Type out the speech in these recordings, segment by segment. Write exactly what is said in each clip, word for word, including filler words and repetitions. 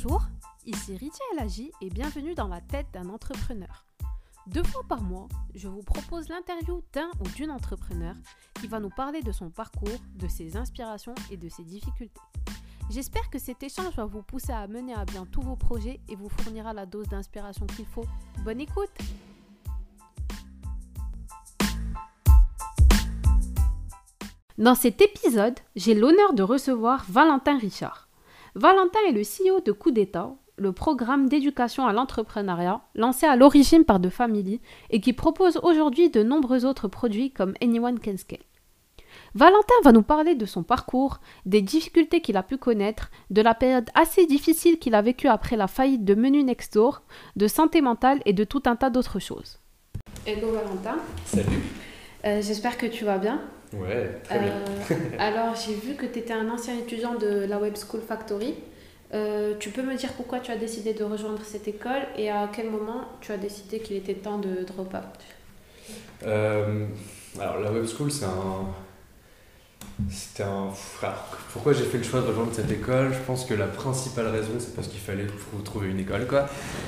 Bonjour, ici Ritia Elagi et bienvenue dans la tête d'un entrepreneur. Deux fois par mois, je vous propose l'interview d'un ou d'une entrepreneur qui va nous parler de son parcours, de ses inspirations et de ses difficultés. J'espère que cet échange va vous pousser à mener à bien tous vos projets et vous fournira la dose d'inspiration qu'il faut. Bonne écoute! Dans cet épisode, j'ai l'honneur de recevoir Valentin Richard. Valentin est le C E O de Coup d'État, le programme d'éducation à l'entrepreneuriat lancé à l'origine par The Family et qui propose aujourd'hui de nombreux autres produits comme Anyone Can Scale. Valentin va nous parler de son parcours, des difficultés qu'il a pu connaître, de la période assez difficile qu'il a vécue après la faillite de Menu Next Door, de santé mentale et de tout un tas d'autres choses. Hello Valentin. Salut. Euh, j'espère que tu vas bien. Ouais, très euh, bien. Alors, j'ai vu que tu étais un ancien étudiant de la Web School Factory. Euh, tu peux me dire pourquoi tu as décidé de rejoindre cette école et à quel moment tu as décidé qu'il était temps de drop out? euh, Alors, la Web School, c'est un... C'était un... Alors, pourquoi j'ai fait le choix de rejoindre cette école? Je pense que la principale raison, c'est parce qu'il fallait trouver une école, quoi.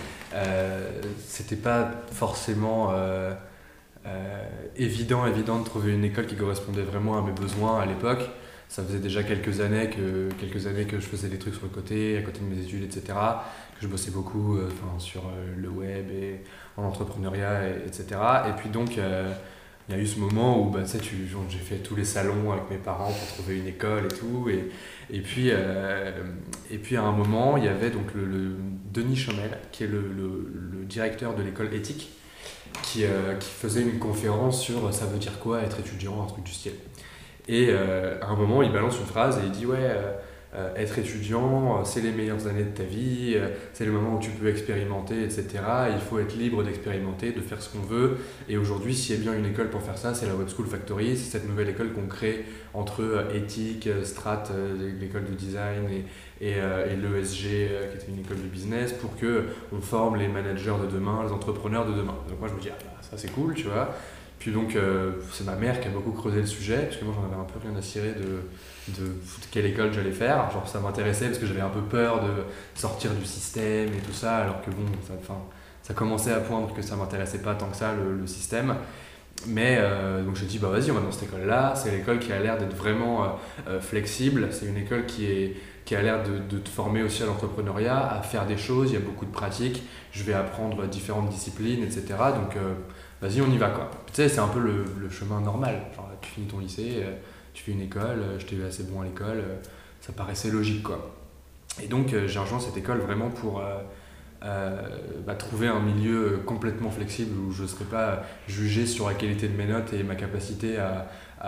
Euh, c'était pas forcément... Euh... Euh, évident, évident de trouver une école qui correspondait vraiment à mes besoins à l'époque. Ça faisait déjà quelques années que, quelques années que je faisais des trucs sur le côté, à côté de mes études, et cetera. Que je bossais beaucoup euh, sur euh, le web et en entrepreneuriat, et, etc. Et puis donc, euh, il y a eu ce moment où bah, tu sais, tu, genre, j'ai fait tous les salons avec mes parents pour trouver une école et tout. Et, et, puis, euh, et puis à un moment, il y avait donc le, le Denis Chomel, qui est le, le, le directeur de l'école éthique, Qui, euh, qui faisait une conférence sur ça veut dire quoi être étudiant, un truc du style. Et euh, à un moment, il balance une phrase et il dit ouais, euh, euh, être étudiant, c'est les meilleures années de ta vie, euh, c'est le moment où tu peux expérimenter, et cetera. Il faut être libre d'expérimenter, de faire ce qu'on veut. Et aujourd'hui, s'il y a bien une école pour faire ça, c'est la Web School Factory. C'est cette nouvelle école qu'on crée entre euh, éthique, Strat, euh, l'école de design et et, euh, et l'E S G euh, qui était une école de business pour qu'on forme les managers de demain, les entrepreneurs de demain. Donc moi je me dis ah, bah, ça c'est cool, tu vois. Puis donc euh, c'est ma mère qui a beaucoup creusé le sujet parce que moi j'en avais un peu rien à cirer de, de, de quelle école j'allais faire. Genre ça m'intéressait parce que j'avais un peu peur de sortir du système et tout ça, alors que bon, ça, enfin, ça commençait à poindre que ça m'intéressait pas tant que ça le, le système. Mais euh, donc j'ai dit bah vas-y on va dans cette école là, c'est l'école qui a l'air d'être vraiment euh, euh, flexible, c'est une école qui est qui a l'air de, de te former aussi à l'entrepreneuriat, à faire des choses, il y a beaucoup de pratiques, je vais apprendre différentes disciplines, et cetera. Donc euh, vas-y on y va quoi. Tu sais c'est un peu le, le chemin normal, genre tu finis ton lycée, euh, tu fais une école, euh, je t'ai vu assez bon à l'école, euh, ça paraissait logique quoi. Et donc euh, j'ai rejoint cette école vraiment pour euh, euh, bah, trouver un milieu complètement flexible où je ne serais pas jugé sur la qualité de mes notes et ma capacité à,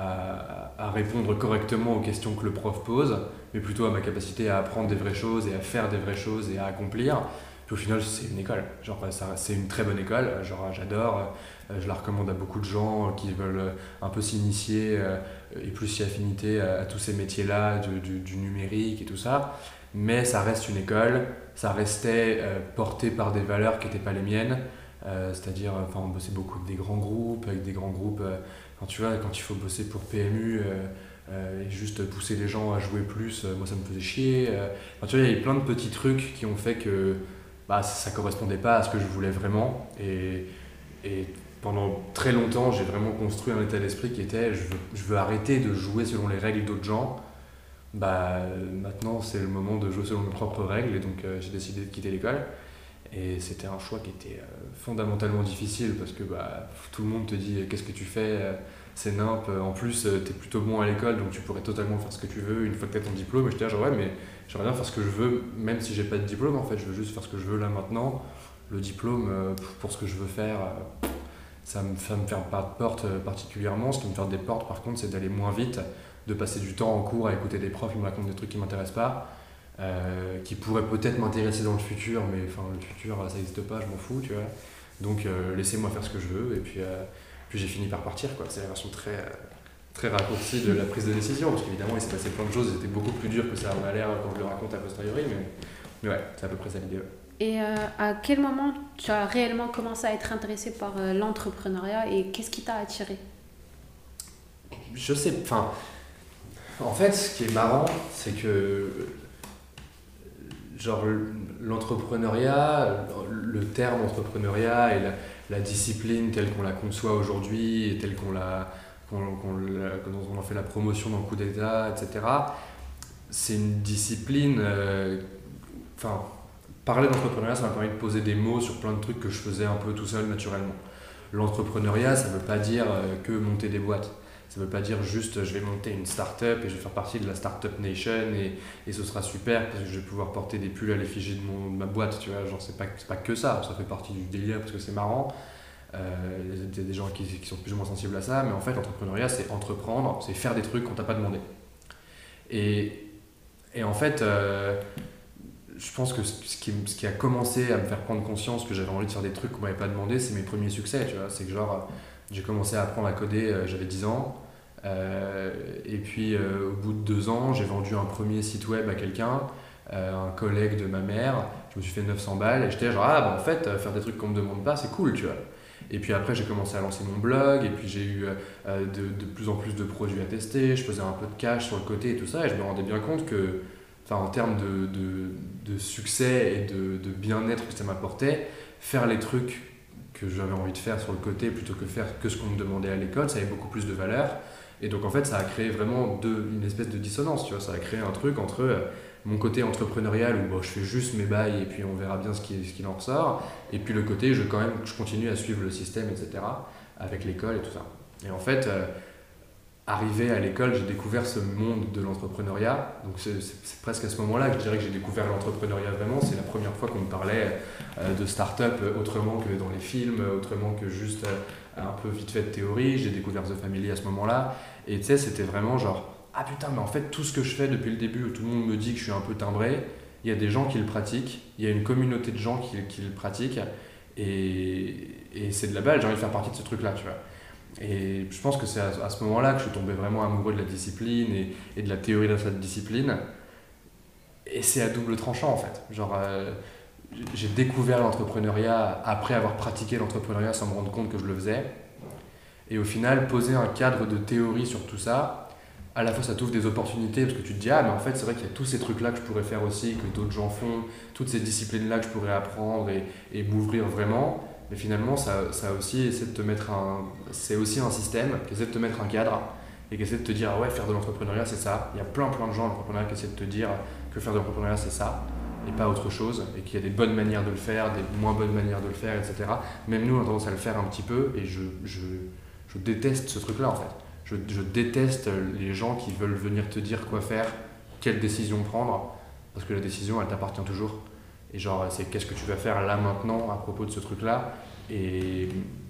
à, à répondre correctement aux questions que le prof pose, mais plutôt à ma capacité à apprendre des vraies choses et à faire des vraies choses et à accomplir. Puis au final, c'est une école. Genre, ça, c'est une très bonne école. Genre, j'adore. Je la recommande à beaucoup de gens qui veulent un peu s'initier et plus s'y affinité à, à tous ces métiers-là, du, du, du numérique et tout ça. Mais ça reste une école. Ça restait euh, porté par des valeurs qui n'étaient pas les miennes. Euh, c'est-à-dire, enfin, on bossait beaucoup avec des grands groupes, avec des grands groupes. Euh, quand tu vois, quand il faut bosser pour P M U, euh, Euh, et juste pousser les gens à jouer plus, euh, moi ça me faisait chier. Euh, enfin, tu vois, il y avait plein de petits trucs qui ont fait que bah, ça ne correspondait pas à ce que je voulais vraiment. Et, et pendant très longtemps, j'ai vraiment construit un état d'esprit qui était je veux, je veux arrêter de jouer selon les règles d'autres gens. Bah, maintenant, c'est le moment de jouer selon mes propres règles et donc euh, j'ai décidé de quitter l'école. Et c'était un choix qui était euh, fondamentalement difficile parce que bah, tout le monde te dit qu'est-ce que tu fais, c'est nimp, en plus t'es plutôt bon à l'école donc tu pourrais totalement faire ce que tu veux une fois que t'as ton diplôme. Et je te dis genre ouais mais j'aimerais bien faire ce que je veux même si j'ai pas de diplôme en fait, je veux juste faire ce que je veux là maintenant. Le diplôme euh, pour ce que je veux faire euh, ça me, ça me ferme pas de porte particulièrement. Ce qui me ferme des portes par contre c'est d'aller moins vite, de passer du temps en cours à écouter des profs qui me racontent des trucs qui m'intéressent pas. Euh, qui pourrait peut-être m'intéresser dans le futur, mais enfin le futur ça n'existe pas, je m'en fous, tu vois. Donc euh, laissez-moi faire ce que je veux, et puis, euh, puis j'ai fini par partir, quoi. C'est la version très, euh, très raccourcie de la prise de décision, parce qu'évidemment il s'est passé plein de choses, c'était beaucoup plus dur que ça m'a l'air quand je le raconte a posteriori, mais, mais ouais, c'est à peu près ça l'idée. Et euh, à quel moment tu as réellement commencé à être intéressé par euh, l'entrepreneuriat et qu'est-ce qui t'a attiré? Je sais, enfin, en fait ce qui est marrant, c'est que genre l'entrepreneuriat, le terme entrepreneuriat et la, la discipline telle qu'on la conçoit aujourd'hui et telle qu'on l'a, qu'on, qu'on l'a, dont on en fait la promotion dans le coup d'État, et cetera, c'est une discipline... Euh, enfin, parler d'entrepreneuriat, ça m'a permis de poser des mots sur plein de trucs que je faisais un peu tout seul naturellement. L'entrepreneuriat, ça ne veut pas dire euh, que monter des boîtes. Ça ne veut pas dire juste je vais monter une start-up et je vais faire partie de la Startup Nation et, et ce sera super parce que je vais pouvoir porter des pulls à l'effigie de, mon, de ma boîte. Tu vois, genre, c'est pas, c'est pas que ça, ça fait partie du délire parce que c'est marrant. Euh, il y a des gens qui, qui sont plus ou moins sensibles à ça, mais en fait, l'entrepreneuriat, c'est entreprendre, c'est faire des trucs qu'on t'a pas demandé. Et, et en fait, euh, je pense que ce qui, ce qui a commencé à me faire prendre conscience que j'avais envie de faire des trucs qu'on m'avait pas demandé, c'est mes premiers succès. Tu vois, c'est que genre, j'ai commencé à apprendre à coder, euh, j'avais dix ans. Euh, et puis euh, au bout de deux ans, j'ai vendu un premier site web à quelqu'un, euh, un collègue de ma mère. Je me suis fait neuf cents balles et j'étais genre ah bah en fait euh, faire des trucs qu'on me demande pas c'est cool, tu vois. Et puis après j'ai commencé à lancer mon blog et puis j'ai eu euh, de, de plus en plus de produits à tester, je faisais un peu de cash sur le côté et tout ça et je me rendais bien compte que enfin en termes de, de, de succès et de, de bien-être que ça m'apportait, faire les trucs que j'avais envie de faire sur le côté plutôt que faire que ce qu'on me demandait à l'école, ça avait beaucoup plus de valeur. Et donc en fait ça a créé vraiment deux, une espèce de dissonance, tu vois, ça a créé un truc entre euh, mon côté entrepreneurial où bon, je fais juste mes bails et puis on verra bien ce qu'il ce qu'il en ressort, et puis le côté je, quand même, je continue à suivre le système, et cetera, avec l'école et tout ça. Et en fait, euh, arrivé à l'école, j'ai découvert ce monde de l'entrepreneuriat, donc c'est, c'est, c'est presque à ce moment-là que je dirais que j'ai découvert l'entrepreneuriat vraiment, c'est la première fois qu'on me parlait euh, de start-up autrement que dans les films, autrement que juste... Euh, un peu vite fait de théorie, j'ai découvert The Family à ce moment-là, et tu sais, c'était vraiment genre, ah putain, mais en fait, tout ce que je fais depuis le début, où tout le monde me dit que je suis un peu timbré, il y a des gens qui le pratiquent, il y a une communauté de gens qui, qui le pratiquent, et, et c'est de la balle, j'ai envie de faire partie de ce truc-là, tu vois. Et je pense que c'est à, à ce moment-là que je suis tombé vraiment amoureux de la discipline et, et de la théorie de cette discipline, et c'est à double tranchant en fait, genre... Euh, j'ai découvert l'entrepreneuriat après avoir pratiqué l'entrepreneuriat sans me rendre compte que je le faisais. Et au final, poser un cadre de théorie sur tout ça, à la fois ça t'ouvre des opportunités parce que tu te dis ah mais en fait c'est vrai qu'il y a tous ces trucs-là que je pourrais faire aussi, que d'autres gens font, toutes ces disciplines-là que je pourrais apprendre et, et m'ouvrir vraiment. Mais finalement, ça, ça aussi essaie de te mettre un, c'est aussi un système qui essaie de te mettre un cadre et qui essaie de te dire ah ouais, faire de l'entrepreneuriat c'est ça. Il y a plein plein de gens en entrepreneuriat qui essaient de te dire que faire de l'entrepreneuriat c'est ça et pas autre chose, et qu'il y a des bonnes manières de le faire, des moins bonnes manières de le faire, et cetera. Même nous, on a tendance à le faire un petit peu, et je, je, je déteste ce truc-là, en fait. Je, je déteste les gens qui veulent venir te dire quoi faire, quelle décision prendre, parce que la décision, elle t'appartient toujours. Et genre, c'est qu'est-ce que tu vas faire là, maintenant, à propos de ce truc-là. Et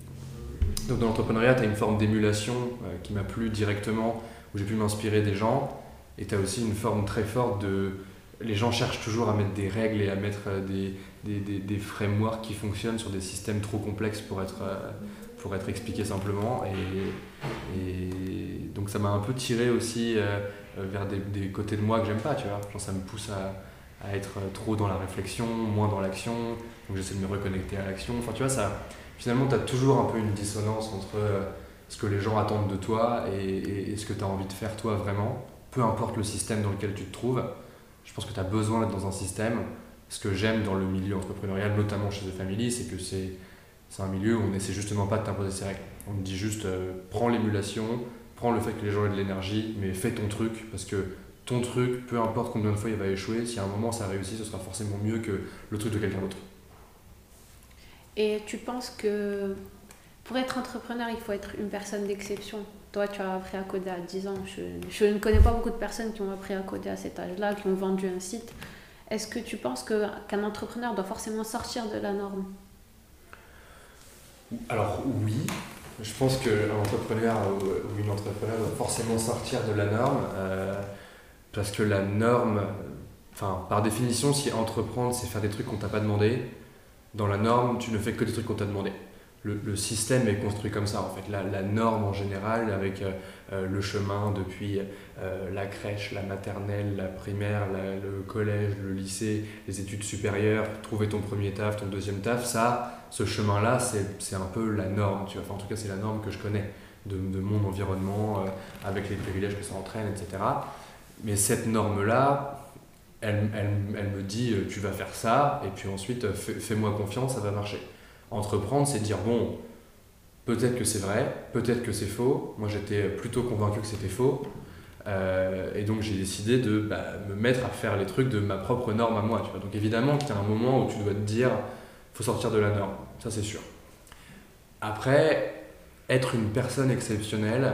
donc, dans l'entrepreneuriat, tu as une forme d'émulation euh, qui m'a plu directement, où j'ai pu m'inspirer des gens, et tu as aussi une forme très forte de... Les gens cherchent toujours à mettre des règles et à mettre des, des, des, des frameworks qui fonctionnent sur des systèmes trop complexes pour être, pour être expliqués simplement. Et, et donc ça m'a un peu tiré aussi vers des, des côtés de moi que j'aime pas, tu vois. Genre ça me pousse à, à être trop dans la réflexion, moins dans l'action. Donc j'essaie de me reconnecter à l'action. Enfin tu vois, ça, finalement tu as toujours un peu une dissonance entre ce que les gens attendent de toi et, et, et ce que tu as envie de faire toi vraiment. Peu importe le système dans lequel tu te trouves. Je pense que tu as besoin d'être dans un système. Ce que j'aime dans le milieu entrepreneurial, notamment chez The Family, c'est que c'est, c'est un milieu où on n'essaie justement pas de t'imposer ses règles. On me dit juste, euh, prends l'émulation, prends le fait que les gens aient de l'énergie, mais fais ton truc, parce que ton truc, peu importe combien de fois il va échouer, si à un moment ça réussit, ce sera forcément mieux que le truc de quelqu'un d'autre. Et tu penses que pour être entrepreneur, il faut être une personne d'exception? Toi, tu as appris à coder à dix ans. Je, je ne connais pas beaucoup de personnes qui ont appris à coder à cet âge-là, qui ont vendu un site. Est-ce que tu penses que, qu'un entrepreneur doit forcément sortir de la norme? Alors oui, je pense qu'un entrepreneur ou une entrepreneure doit forcément sortir de la norme, euh, parce que la norme, enfin par définition, si entreprendre c'est faire des trucs qu'on t'a pas demandé, dans la norme tu ne fais que des trucs qu'on t'a demandé. Le, le système est construit comme ça en fait. La, la norme en général, avec euh, le chemin depuis euh, la crèche, la maternelle, la primaire, la, le collège, le lycée, les études supérieures, trouver ton premier taf, ton deuxième taf, ça, ce chemin-là, c'est, c'est un peu la norme, tu vois. Enfin, en tout cas, c'est la norme que je connais de, de mon environnement, euh, avec les privilèges que ça entraîne, et cetera. Mais cette norme-là, elle, elle, elle me dit euh, tu vas faire ça, et puis ensuite euh, fais, fais-moi confiance, ça va marcher. Entreprendre, c'est dire bon, peut-être que c'est vrai, peut-être que c'est faux. Moi j'étais plutôt convaincu que c'était faux, euh, et donc j'ai décidé de bah, me mettre à faire les trucs de ma propre norme à moi. Tu vois. Donc évidemment qu'il y a un moment où tu dois te dire faut sortir de la norme, ça c'est sûr. Après, être une personne exceptionnelle,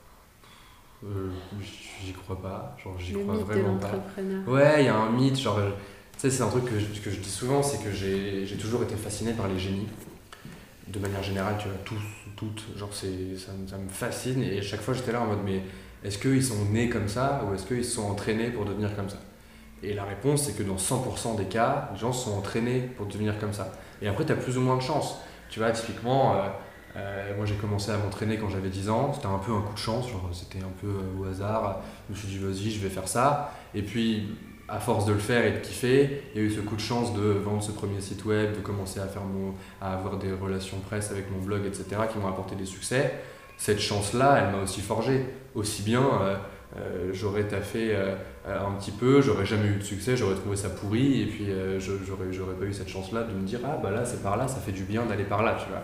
euh, j'y crois pas, genre j'y Le crois mythe de vraiment pas. l'entrepreneur. Ouais, il y a un mythe, genre, tu sais, c'est un truc que je, que je dis souvent, c'est que j'ai, j'ai toujours été fasciné par les génies. De manière générale, tu vois, tous, toutes, genre c'est, ça, me- ça me fascine, et à chaque fois j'étais là en mode, mais est-ce qu'ils sont nés comme ça, ou est-ce qu'ils se sont entraînés pour devenir comme ça? Et la réponse, c'est que dans cent pour cent des cas, les gens se sont entraînés pour devenir comme ça. Et après, tu as plus ou moins de chance. Tu vois, typiquement, euh, euh, moi j'ai commencé à m'entraîner quand j'avais dix ans. C'était un peu un coup de chance, genre c'était un peu euh, au hasard. Je me suis dit, vas-y, je vais faire ça. Et puis, à force de le faire et de kiffer, il y a eu ce coup de chance de vendre ce premier site web, de commencer à, faire mon, à avoir des relations presse avec mon blog, et cetera, qui m'ont apporté des succès. Cette chance-là, elle m'a aussi forgé. Aussi bien, euh, euh, j'aurais taffé euh, euh, un petit peu, j'aurais jamais eu de succès, j'aurais trouvé ça pourri, et puis euh, je- j'aurais, j'aurais pas eu cette chance-là de me dire ah bah là c'est par là, ça fait du bien d'aller par là, tu vois.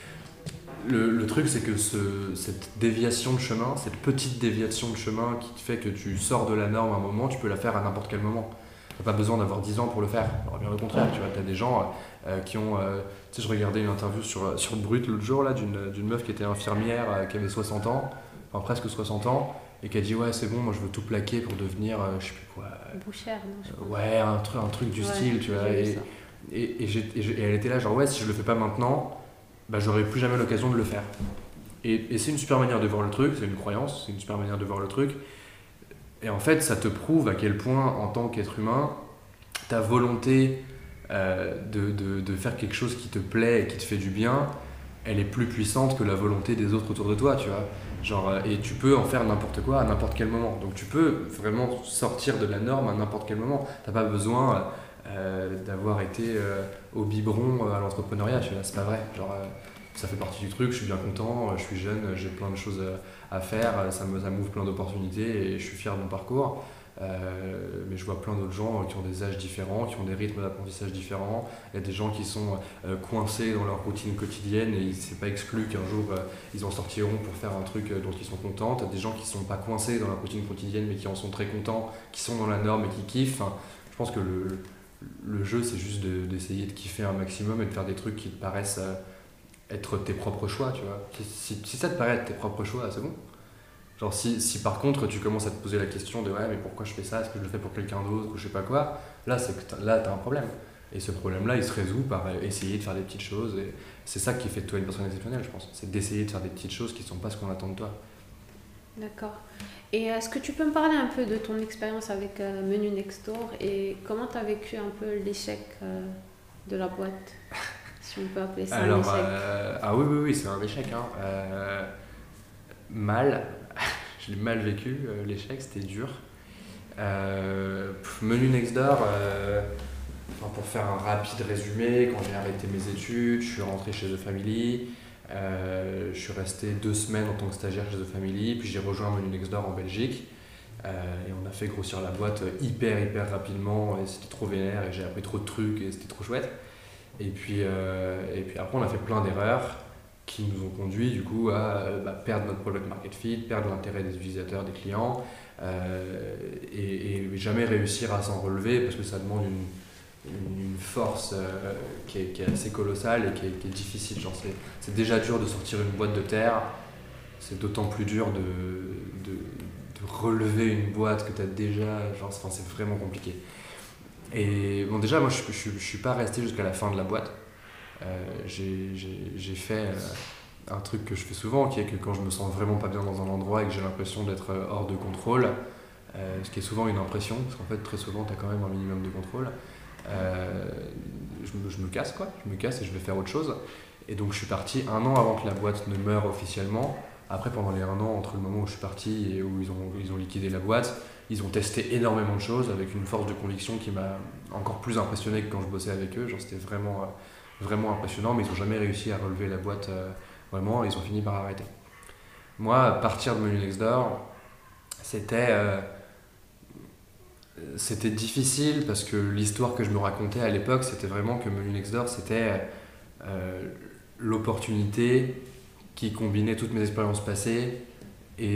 Le, le truc c'est que ce, cette déviation de chemin, cette petite déviation de chemin qui te fait que tu sors de la norme à un moment, tu peux la faire à n'importe quel moment. T'as pas besoin d'avoir dix ans pour le faire, alors bien au contraire, tu vois, t'as des gens euh, qui ont... euh, tu sais, je regardais une interview sur, sur Brut l'autre jour là, d'une, d'une meuf qui était infirmière, euh, qui avait soixante ans, enfin presque soixante ans, et qui a dit ouais c'est bon, moi je veux tout plaquer pour devenir, euh, je sais plus quoi, Bouchère, non, je euh, pense. ouais, un, truc un truc du Ouais, style, tu vois. j'ai vu Et, ça. et, et, j'ai- et j'ai- et elle était là, genre, ouais, si je le fais pas maintenant, bah, j'aurai plus jamais l'occasion de le faire. Et, et c'est une super manière de voir le truc, c'est une croyance, c'est une super manière de voir le truc. Et en fait, ça te prouve à quel point, en tant qu'être humain, ta volonté euh, de, de, de faire quelque chose qui te plaît et qui te fait du bien, elle est plus puissante que la volonté des autres autour de toi, tu vois. Genre, euh, et tu peux en faire n'importe quoi à n'importe quel moment. Donc tu peux vraiment sortir de la norme à n'importe quel moment. T'as pas besoin euh, d'avoir été euh, au biberon euh, à l'entrepreneuriat, tu vois, c'est pas vrai. Genre, euh, ça fait partie du truc, je suis bien content, euh, je suis jeune, j'ai plein de choses à, à faire, euh, ça me, ça m'ouvre plein d'opportunités et je suis fier de mon parcours. Euh, mais je vois plein d'autres gens qui ont des âges différents, qui ont des rythmes d'apprentissage différents. Il y a des gens qui sont euh, coincés dans leur routine quotidienne et c'est pas exclu qu'un jour euh, ils en sortiront pour faire un truc euh, dont ils sont contents. Il y a des gens qui sont pas coincés dans leur routine quotidienne mais qui en sont très contents, qui sont dans la norme et qui kiffent. Enfin, je pense que le, le jeu c'est juste de- d'essayer de kiffer un maximum et de faire des trucs qui te paraissent euh, être tes propres choix, tu vois. Si, si, si ça te paraît être tes propres choix, c'est bon. Genre si, si par contre tu commences à te poser la question de ouais mais pourquoi je fais ça, est-ce que je le fais pour quelqu'un d'autre ou je sais pas quoi, là c'est que t'as, là t'as un problème. Et ce problème là il se résout par essayer de faire des petites choses et c'est ça qui fait de toi une personne exceptionnelle je pense. C'est d'essayer de faire des petites choses qui sont pas ce qu'on attend de toi. D'accord. Et est-ce que tu peux me parler un peu de ton expérience avec euh, Menu Next Door et comment tu as vécu un peu l'échec euh, de la boîte, si on peut appeler ça un Alors échec? euh, ah oui oui oui c'est un échec hein. Euh, mal, je l'ai mal vécu euh, l'échec, c'était dur. Euh, pff, Menu Next Door, euh, enfin, pour faire un rapide résumé, quand j'ai arrêté mes études, je suis rentré chez The Family, euh, je suis resté deux semaines en tant que stagiaire chez The Family, puis j'ai rejoint Menu Next Door en Belgique, euh, et on a fait grossir la boîte hyper hyper rapidement, et c'était trop vénère, et j'ai appris trop de trucs, et c'était trop chouette. Et puis, euh, et puis après, on a fait plein d'erreurs qui nous ont conduit du coup à euh, bah, perdre notre product market fit, perdre l'intérêt des utilisateurs, des clients, euh, et, et jamais réussir à s'en relever parce que ça demande une, une, une force euh, qui, est, qui est assez colossale et qui est, qui est difficile. Genre c'est, c'est déjà dur de sortir une boîte de terre, c'est d'autant plus dur de, de, de relever une boîte que tu as déjà, genre, enfin, c'est vraiment compliqué. Et bon déjà moi je, je, je suis pas resté jusqu'à la fin de la boîte. Euh, j'ai, j'ai, j'ai fait euh, un truc que je fais souvent, qui est que quand je me sens vraiment pas bien dans un endroit et que j'ai l'impression d'être euh, hors de contrôle, euh, ce qui est souvent une impression, parce qu'en fait très souvent tu as quand même un minimum de contrôle, euh, je, me, je me casse quoi, je me casse et je vais faire autre chose. Et donc je suis parti un an avant que la boîte ne meure officiellement. Après pendant les un an entre le moment où je suis parti et où ils ont, ils ont liquidé la boîte, ils ont testé énormément de choses avec une force de conviction qui m'a encore plus impressionné que quand je bossais avec eux. Genre c'était vraiment... Euh, vraiment impressionnant, mais ils n'ont jamais réussi à relever la boîte euh, vraiment, et ils ont fini par arrêter. Moi, partir de Menu Next Door, c'était, euh, c'était difficile parce que l'histoire que je me racontais à l'époque, c'était vraiment que Menu Next Door, c'était euh, l'opportunité qui combinait toutes mes expériences passées et,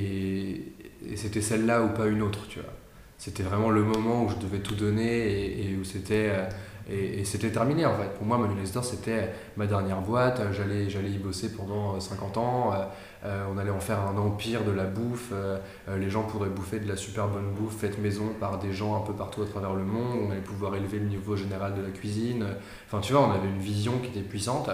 et, et c'était celle-là ou pas une autre, tu vois. C'était vraiment le moment où je devais tout donner et, et où c'était euh, et, et c'était terminé en fait. Pour moi, Menu Next Door, c'était ma dernière boîte. J'allais, j'allais y bosser pendant cinquante ans. Euh, euh, on allait en faire un empire de la bouffe. Euh, euh, les gens pourraient bouffer de la super bonne bouffe faite maison par des gens un peu partout à travers le monde. On allait pouvoir élever le niveau général de la cuisine. Enfin, tu vois, on avait une vision qui était puissante.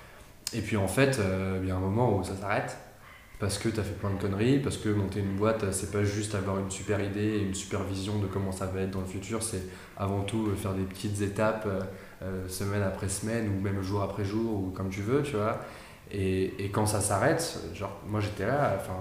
Et puis en fait, euh, il y a un moment où ça s'arrête. Parce que tu as fait plein de conneries, parce que monter une boîte, c'est pas juste avoir une super idée et une super vision de comment ça va être dans le futur, c'est avant tout faire des petites étapes, euh, semaine après semaine, ou même jour après jour, ou comme tu veux, tu vois. Et, et quand ça s'arrête, genre, moi j'étais là, enfin,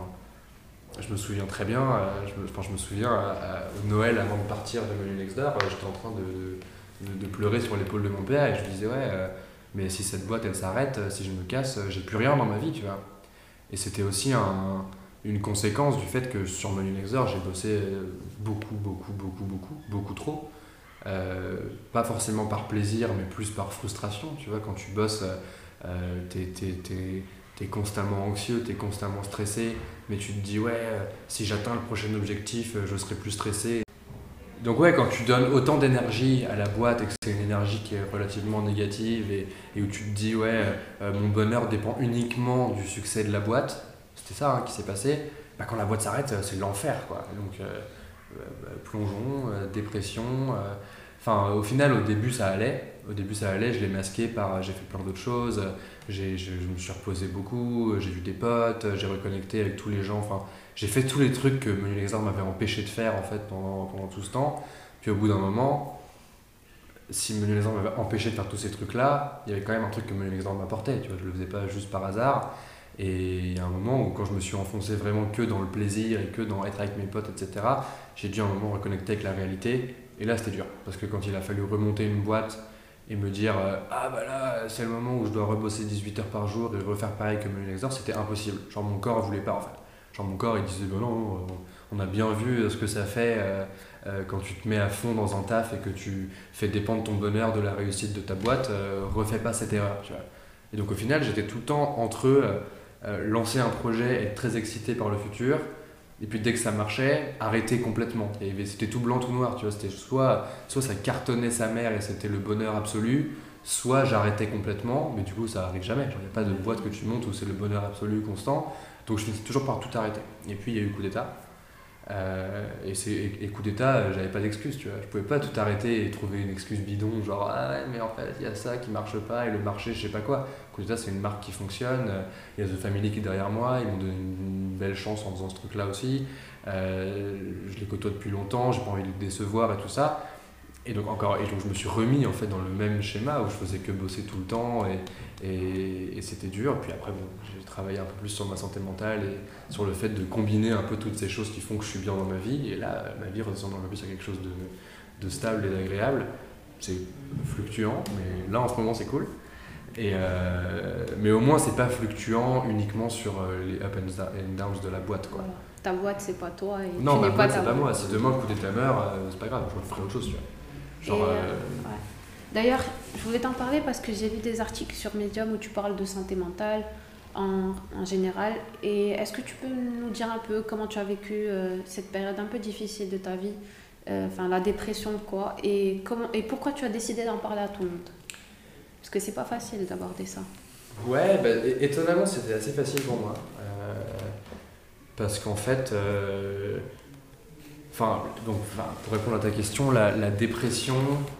je me souviens très bien, euh, je, me, enfin, je me souviens à, à, au Noël avant de partir de Menu Next Door, euh, j'étais en train de, de, de pleurer sur l'épaule de mon père, et je lui disais, ouais, euh, mais si cette boîte elle s'arrête, si je me casse, j'ai plus rien dans ma vie, tu vois. Et c'était aussi un, une conséquence du fait que sur Menu Next Door, j'ai bossé beaucoup, beaucoup, beaucoup, beaucoup, beaucoup trop. Euh, pas forcément par plaisir, mais plus par frustration. Tu vois, quand tu bosses, euh, t'es, t'es, t'es, t'es constamment anxieux, t'es constamment stressé, mais tu te dis, ouais, si j'atteins le prochain objectif, je serai plus stressé. Donc ouais, quand tu donnes autant d'énergie à la boîte et que c'est une énergie qui est relativement négative et, et où tu te dis ouais, euh, mon bonheur dépend uniquement du succès de la boîte, c'était ça hein, qui s'est passé, bah, quand la boîte s'arrête, c'est l'enfer quoi. Donc euh, euh, plongeon, euh, dépression, enfin euh, au final au début ça allait, au début ça allait, je l'ai masqué par j'ai fait plein d'autres choses, j'ai, je, je me suis reposé beaucoup, j'ai vu des potes, j'ai reconnecté avec tous les gens, enfin j'ai fait tous les trucs que Menu Next Door m'avait empêché de faire en fait pendant, pendant tout ce temps. Puis au bout d'un moment, si Menu Next Door m'avait empêché de faire tous ces trucs-là, il y avait quand même un truc que Menu Next Door m'apportait. Tu vois, je le faisais pas juste par hasard. Et il y a un moment où quand je me suis enfoncé vraiment que dans le plaisir et que dans être avec mes potes, et cetera, j'ai dû à un moment reconnecter avec la réalité. Et là, c'était dur. Parce que quand il a fallu remonter une boîte et me dire euh, ah bah là, c'est le moment où je dois rebosser dix-huit heures par jour et refaire pareil que Menu Next Door, c'était impossible. Genre mon corps voulait pas en fait. Genre mon corps il disait bah non, on a bien vu ce que ça fait euh, euh, quand tu te mets à fond dans un taf et que tu fais dépendre ton bonheur de la réussite de ta boîte, euh, refais pas cette erreur, tu vois. Et donc au final j'étais tout le temps entre euh, euh, lancer un projet, être très excité par le futur, et puis dès que ça marchait, arrêter complètement. Et c'était tout blanc, tout noir, tu vois. C'était soit, soit ça cartonnait sa mère et c'était le bonheur absolu, soit j'arrêtais complètement, mais du coup ça arrive jamais. Il n'y a pas de boîte que tu montes où c'est le bonheur absolu constant. Donc je finissais toujours par tout arrêter. Et puis il y a eu le coup d'état. Euh, et, c'est, et, et coup d'état, euh, j'avais pas d'excuse, tu vois. Je pouvais pas tout arrêter et trouver une excuse bidon, genre ah ouais, mais en fait il y a ça qui marche pas et le marché, je sais pas quoi. Coup d'état, c'est une marque qui fonctionne. Il y a The Family qui est derrière moi, ils m'ont donné une belle chance en faisant ce truc-là aussi. Euh, je les côtoie depuis longtemps, j'ai pas envie de les décevoir et tout ça. Et donc, encore, et donc je me suis remis en fait dans le même schéma où je faisais que bosser tout le temps et, et, et c'était dur. Puis après, bon, j'ai travaillé un peu plus sur ma santé mentale et sur le fait de combiner un peu toutes ces choses qui font que je suis bien dans ma vie. Et là, ma vie redescend un peu plus à quelque chose de, de stable et d'agréable. C'est fluctuant, mais là en ce moment c'est cool. Et euh, mais au moins c'est pas fluctuant uniquement sur les up and downs de la boîte, quoi. Voilà. Ta boîte c'est pas toi et non, tu ma n'es boîte pas ta c'est pas boîte. moi. Si demain le coup d'état meurt, euh, c'est pas grave, je ferai autre chose, tu vois. Genre, et, euh, euh... ouais. D'ailleurs, je voulais t'en parler parce que j'ai lu des articles sur Medium où tu parles de santé mentale en, en général. Et est-ce que tu peux nous dire un peu comment tu as vécu euh, cette période un peu difficile de ta vie, enfin euh, la dépression quoi, et, comment, et pourquoi tu as décidé d'en parler à tout le monde? Parce que c'est pas facile d'aborder ça. Ouais, bah, étonnamment c'était assez facile pour moi. Euh, parce qu'en fait... Euh... Enfin, donc, enfin, pour répondre à ta question, la, la dépression,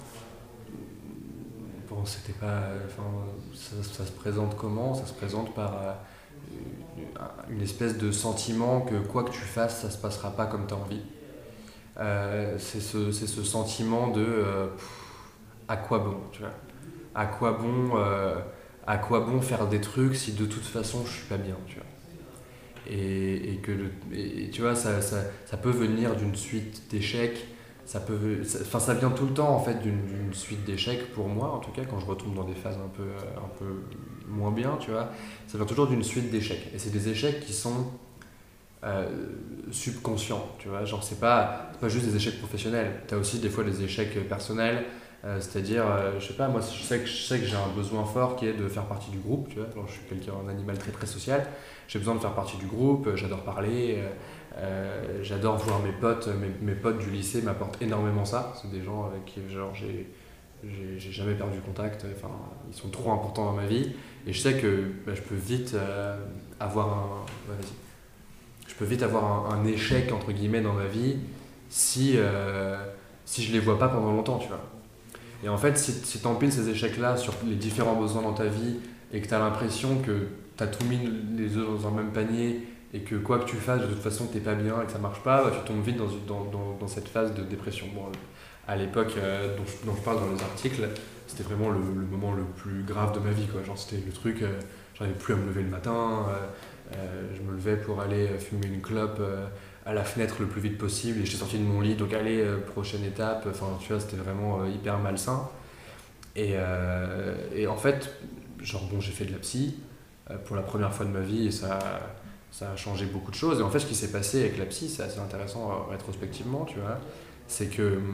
bon, c'était pas, enfin, ça, ça se présente comment? Ça se présente par euh, une espèce de sentiment que quoi que tu fasses, ça se passera pas comme tu as envie. Euh, c'est, ce, c'est ce sentiment de euh, pff, à quoi bon, tu vois? À quoi bon, euh, à quoi bon faire des trucs si de toute façon je suis pas bien, tu vois? Et, et que le, et, tu vois ça, ça, ça peut venir d'une suite d'échecs, ça peut ça, enfin ça vient tout le temps en fait d'une, d'une suite d'échecs pour moi en tout cas quand je retombe dans des phases un peu un peu moins bien, tu vois, ça vient toujours d'une suite d'échecs et c'est des échecs qui sont euh, subconscients, tu vois. Genre, c'est pas, c'est pas juste des échecs professionnels. Tu as aussi des fois des échecs personnels. Euh, c'est-à-dire, euh, je sais pas, moi, je sais que, je sais que j'ai un besoin fort qui est de faire partie du groupe, tu vois. Alors, je suis quelqu'un, un animal très très social. J'ai besoin de faire partie du groupe, euh, j'adore parler, euh, euh, j'adore voir mes potes. Mes, mes potes du lycée m'apportent énormément ça. C'est des gens avec qui, genre, j'ai, j'ai, j'ai jamais perdu contact. Enfin, ils sont trop importants dans ma vie. Et je sais que bah, je peux vite euh, avoir un... Ouais, vas-y. Je peux vite avoir un, un échec, entre guillemets, dans ma vie si, euh, si je les vois pas pendant longtemps, tu vois. Et en fait, si, si tu empiles ces échecs-là sur les différents besoins dans ta vie et que tu as l'impression que tu as tout mis les œufs dans un même panier et que quoi que tu fasses, de toute façon, tu n'es pas bien et que ça marche pas, bah, tu tombes vite dans, dans, dans, dans cette phase de dépression. Bon, à l'époque euh, dont, je, dont je parle dans les articles, c'était vraiment le, le moment le plus grave de ma vie, quoi. Genre, c'était le truc, euh, j'arrivais plus à me lever le matin, euh, euh, je me levais pour aller fumer une clope euh, à la fenêtre le plus vite possible et j'étais sorti de mon lit, donc allez, euh, prochaine étape, enfin tu vois, c'était vraiment euh, hyper malsain. Et, euh, et en fait, genre bon, j'ai fait de la psy euh, pour la première fois de ma vie et ça, ça a changé beaucoup de choses. Et en fait, ce qui s'est passé avec la psy, c'est assez intéressant euh, rétrospectivement, tu vois, c'est que euh,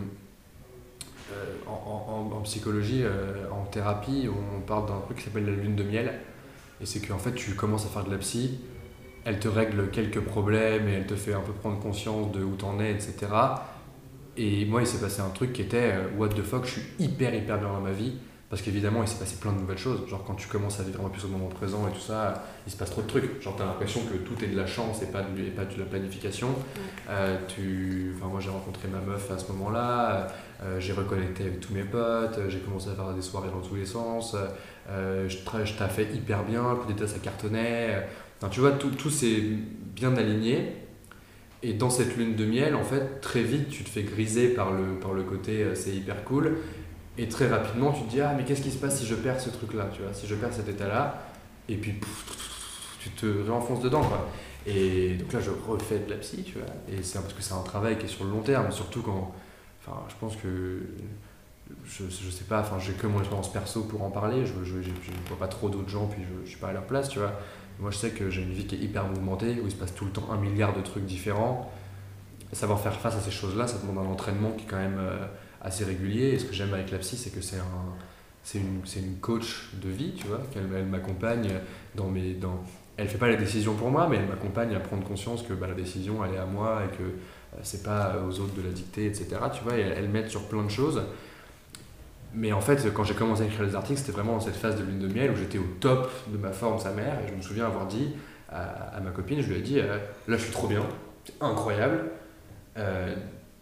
en, en, en psychologie, euh, en thérapie, on parle d'un truc qui s'appelle la lune de miel. Et c'est qu'en fait, tu commences à faire de la psy, elle te règle quelques problèmes et elle te fait un peu prendre conscience de où t'en es, et cetera. Et moi, il s'est passé un truc qui était euh, what the fuck, je suis hyper hyper bien dans ma vie. Parce qu'évidemment, il s'est passé plein de nouvelles choses. Genre, quand tu commences à vivre un peu plus au moment présent et tout ça, il se passe trop de trucs. Genre, t'as l'impression que tout est de la chance et pas de, et pas de la planification. Ouais. Euh, tu... enfin, moi, j'ai rencontré ma meuf à ce moment-là. Euh, j'ai reconnecté avec tous mes potes. J'ai commencé à faire des soirées dans tous les sens. Euh, je, tra- je taffais hyper bien. Le coup d'état, ça cartonnait. Enfin, tu vois, tout, tout s'est bien aligné. Et dans cette lune de miel, en fait, très vite, tu te fais griser par le, par le côté euh, c'est hyper cool. Et très rapidement, tu te dis, ah, mais qu'est-ce qui se passe si je perds ce truc-là, tu vois, si je perds cet état-là. Et puis, pff, tu te réenfonces dedans, quoi. Et donc là, je refais de la psy, tu vois. Et c'est parce que c'est un travail qui est sur le long terme, surtout quand. Enfin, je pense que. Je, je sais pas, enfin, j'ai que mon expérience perso pour en parler. Je, je, je, je ne vois pas trop d'autres gens, puis je, je suis pas à leur place, tu vois. Moi, je sais que j'ai une vie qui est hyper mouvementée, où il se passe tout le temps un milliard de trucs différents. Et savoir faire face à ces choses-là, ça demande un entraînement qui est quand même euh, assez régulier. Et ce que j'aime avec la psy, c'est que c'est, un, c'est, une, c'est une coach de vie, tu vois, qu'elle elle m'accompagne dans mes... Dans, elle fait pas les décisions pour moi, mais elle m'accompagne à prendre conscience que bah, la décision, elle est à moi et que euh, c'est pas aux autres de la dicter, et cetera. Tu vois, et elle, elle m'aide sur plein de choses. Mais en fait, quand j'ai commencé à écrire les articles, c'était vraiment dans cette phase de lune de miel où j'étais au top de ma forme, sa mère. Et je me souviens avoir dit à, à ma copine, je lui ai dit, euh, là je suis trop bien, c'est incroyable. Euh,